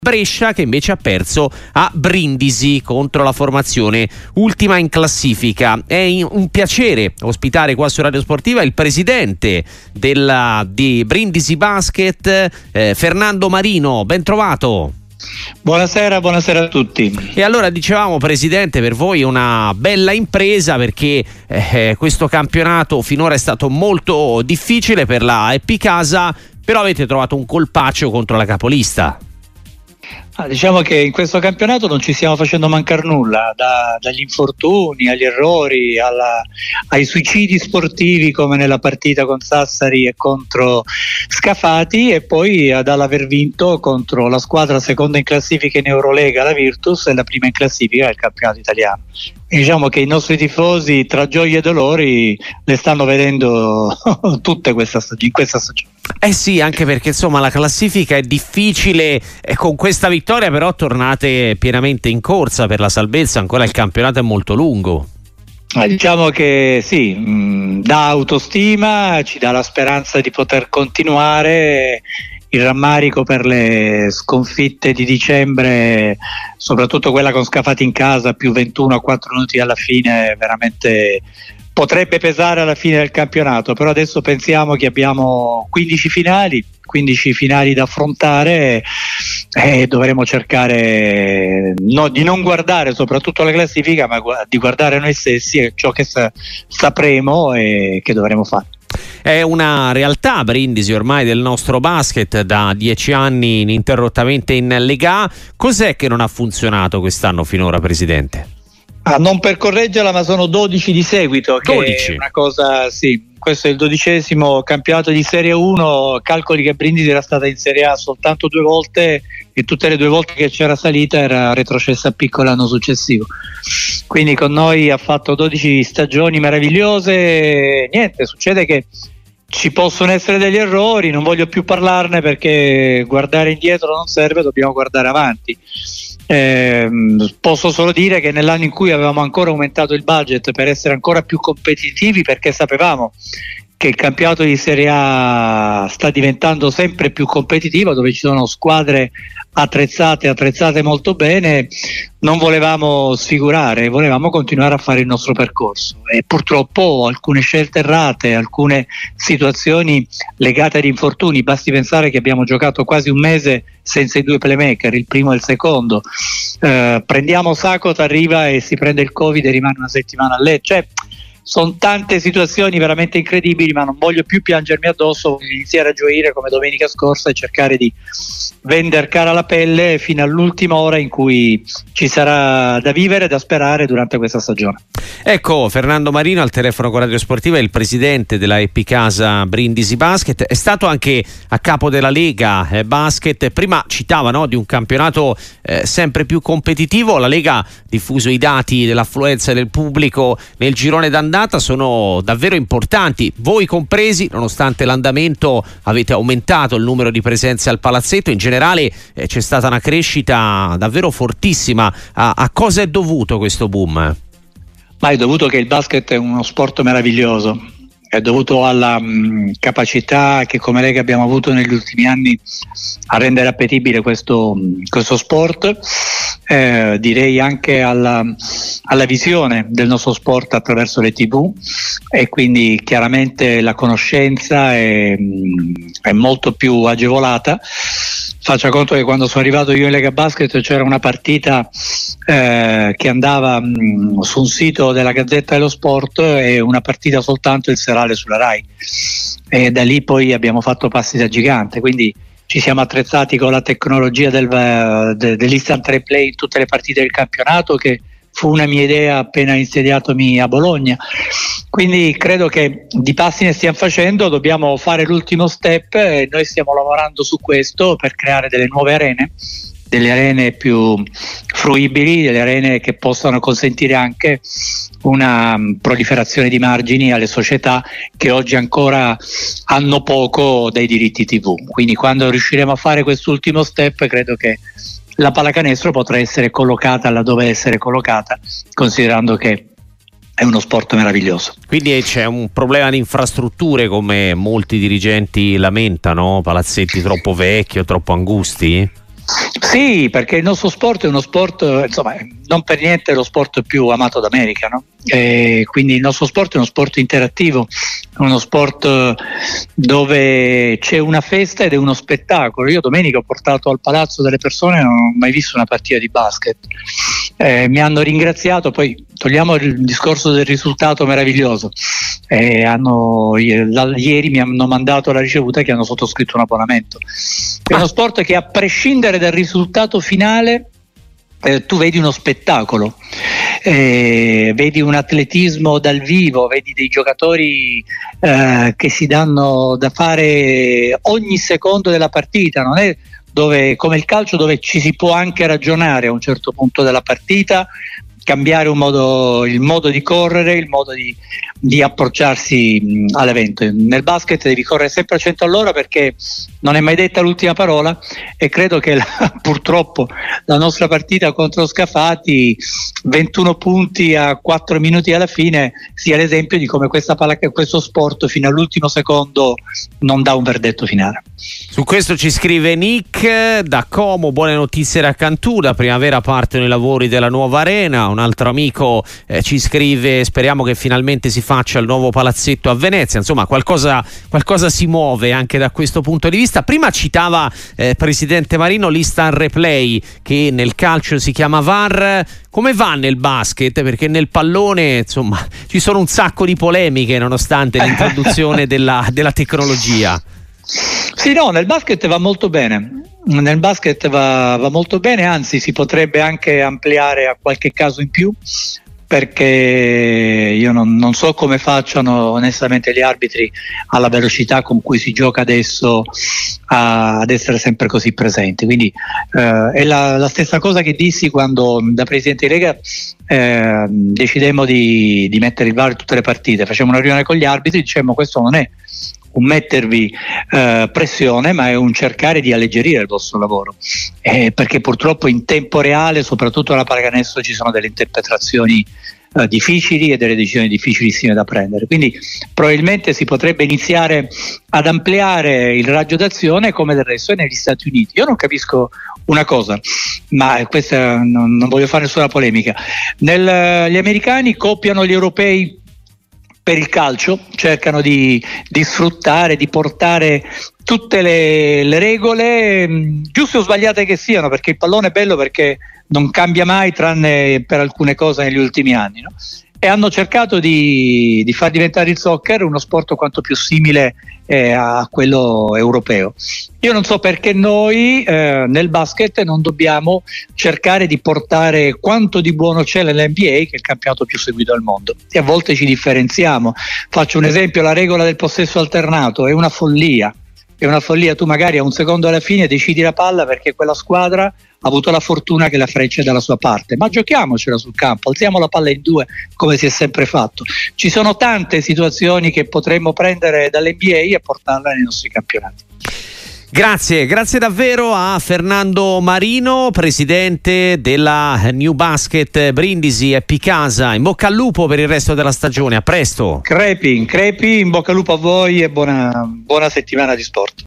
Brescia che invece ha perso a Brindisi contro la formazione ultima in classifica. È un piacere ospitare qua su Radio Sportiva il presidente di Brindisi Basket, Fernando Marino. Ben trovato. Buonasera a tutti. E allora dicevamo, presidente, per voi una bella impresa perché questo campionato finora è stato molto difficile per la Epicasa, però avete trovato un colpaccio contro la capolista. Diciamo che in questo campionato non ci stiamo facendo mancare nulla, dagli infortuni agli errori ai suicidi sportivi come nella partita con Sassari e contro Scafati, e poi dall'aver vinto contro la squadra seconda in classifica in Eurolega, la Virtus, e la prima in classifica del campionato italiano. E diciamo che i nostri tifosi, tra gioie e dolori, le stanno vedendo tutte in questa stagione. Eh sì, anche perché insomma la classifica è difficile, e con questa vittoria però tornate pienamente in corsa per la salvezza. Ancora il campionato è molto lungo. Diciamo che sì, dà autostima, ci dà la speranza di poter continuare. Il rammarico per le sconfitte di dicembre, soprattutto quella con Scafati in casa, più 21 a 4 minuti alla fine, veramente potrebbe pesare alla fine del campionato. Però adesso pensiamo che abbiamo 15 finali da affrontare, e dovremo cercare di non guardare soprattutto la classifica, ma di guardare noi stessi e ciò che sapremo e che dovremo fare. È una realtà Brindisi ormai del nostro basket, da 10 anni ininterrottamente in Lega A. Cos'è che non ha funzionato quest'anno finora, presidente? Non per correggerla, ma sono 12 di seguito, che 12. È una cosa, sì. Questo è il 12° campionato di Serie 1. Calcoli che Brindisi era stata in Serie A soltanto 2 volte, e tutte le 2 volte che c'era salita era retrocessa a picco l'anno successivo. Quindi con noi ha fatto 12 stagioni meravigliose. Niente, succede che ci possono essere degli errori, non voglio più parlarne perché guardare indietro non serve, dobbiamo guardare avanti. Posso solo dire che nell'anno in cui avevamo ancora aumentato il budget per essere ancora più competitivi, perché sapevamo che il campionato di Serie A sta diventando sempre più competitivo, dove ci sono squadre attrezzate molto bene, non volevamo sfigurare, volevamo continuare a fare il nostro percorso, e purtroppo alcune scelte errate, alcune situazioni legate ad infortuni. Basti pensare che abbiamo giocato quasi un mese senza i 2 playmaker, il primo e il secondo. Prendiamo Sacco, arriva e si prende il Covid e rimane una settimana a letto. Sono tante situazioni veramente incredibili, ma non voglio più piangermi addosso, voglio iniziare a gioire come domenica scorsa e cercare di vendere cara la pelle fino all'ultima ora in cui ci sarà da vivere e da sperare durante questa stagione. Ecco, Fernando Marino al telefono con Radio Sportiva, è il presidente della Epicasa Brindisi Basket, è stato anche a capo della Lega Basket. Prima citava, di un campionato sempre più competitivo. La Lega ha diffuso i dati dell'affluenza del pubblico nel girone d'andata, sono davvero importanti, voi compresi. Nonostante l'andamento, avete aumentato il numero di presenze al palazzetto. In generale c'è stata una crescita davvero fortissima. A cosa è dovuto questo boom? Ma è dovuto che il basket è uno sport meraviglioso, è dovuto alla capacità che come Lega abbiamo avuto negli ultimi anni a rendere appetibile questo sport, direi anche alla visione del nostro sport attraverso le TV, e quindi chiaramente la conoscenza è molto più agevolata. Faccia conto che quando sono arrivato io in Lega Basket c'era una partita che andava su un sito della Gazzetta dello Sport, e una partita soltanto il serale sulla Rai, e da lì poi abbiamo fatto passi da gigante. Quindi ci siamo attrezzati con la tecnologia dell'instant replay in tutte le partite del campionato, che fu una mia idea appena insediatomi a Bologna. Quindi credo che di passi ne stiamo facendo, dobbiamo fare l'ultimo step, e noi stiamo lavorando su questo per creare delle nuove arene, delle arene più fruibili, delle arene che possano consentire anche una proliferazione di margini alle società che oggi ancora hanno poco dei diritti TV. Quindi quando riusciremo a fare quest'ultimo step, credo che la pallacanestro potrà essere collocata laddove essere collocata, considerando che è uno sport meraviglioso. Quindi c'è un problema di infrastrutture, come molti dirigenti lamentano, palazzetti troppo vecchi o troppo angusti? Sì, perché il nostro sport è uno sport, insomma, non per niente è lo sport più amato d'America, no? Quindi il nostro sport è uno sport interattivo, è uno sport dove c'è una festa ed è uno spettacolo. Io domenica ho portato al palazzo delle persone e non ho mai visto una partita di basket. Mi hanno ringraziato, poi togliamo il discorso del risultato meraviglioso. Ieri mi hanno mandato la ricevuta che hanno sottoscritto un abbonamento. È uno sport che, a prescindere dal risultato finale, tu vedi uno spettacolo, vedi un atletismo dal vivo, vedi dei giocatori che si danno da fare ogni secondo della partita. Non è come il calcio, dove ci si può anche ragionare a un certo punto della partita, cambiare il modo di correre, il modo di approcciarsi all'evento. Nel basket devi correre sempre a 100 all'ora, perché non è mai detta l'ultima parola, e credo che purtroppo la nostra partita contro Scafati, 21 punti a 4 minuti alla fine, sia l'esempio di come questo sport fino all'ultimo secondo non dà un verdetto finale. Su questo ci scrive Nick da Como: buone notizie da Cantù, da primavera partono i lavori della nuova arena. Un altro amico ci scrive: speriamo che finalmente si faccia il nuovo palazzetto a Venezia. Insomma, qualcosa si muove anche da questo punto di vista. Prima citava presidente Marino l'instant replay, che nel calcio si chiama VAR. Come va nel basket? Perché nel pallone, insomma, ci sono un sacco di polemiche nonostante l'introduzione della tecnologia. Sì, no, nel basket va molto bene. Nel basket va molto bene, anzi si potrebbe anche ampliare a qualche caso in più, perché io non so come facciano onestamente gli arbitri, alla velocità con cui si gioca adesso, ad essere sempre così presenti. Quindi è la stessa cosa che dissi quando, da presidente di Lega, decidemmo di mettere il VAR in tutte le partite. Facciamo una riunione con gli arbitri, dicemmo: questo non è un mettervi pressione, ma è un cercare di alleggerire il vostro lavoro, perché purtroppo in tempo reale, soprattutto alla pallacanestro, ci sono delle interpretazioni difficili e delle decisioni difficilissime da prendere. Quindi probabilmente si potrebbe iniziare ad ampliare il raggio d'azione, come del resto è negli Stati Uniti. Io non capisco una cosa, ma questa non voglio fare nessuna polemica. Gli americani copiano gli europei per il calcio, cercano di sfruttare, di portare tutte le regole, giuste o sbagliate che siano, perché il pallone è bello perché non cambia mai, tranne per alcune cose negli ultimi anni, no? E hanno cercato di far diventare il soccer uno sport quanto più simile a quello europeo. Io non so perché noi nel basket non dobbiamo cercare di portare quanto di buono c'è nell'NBA, che è il campionato più seguito al mondo, e a volte ci differenziamo. Faccio un esempio: la regola del possesso alternato è una follia. Tu magari a un secondo alla fine decidi la palla perché quella squadra ha avuto la fortuna che la freccia è dalla sua parte, ma giochiamocela sul campo, alziamo la palla in due come si è sempre fatto. Ci sono tante situazioni che potremmo prendere dall'NBA e portarla nei nostri campionati. Grazie davvero a Fernando Marino, presidente della New Basket Brindisi e Picasa. In bocca al lupo per il resto della stagione, a presto. Crepi, in bocca al lupo a voi e buona settimana di sport.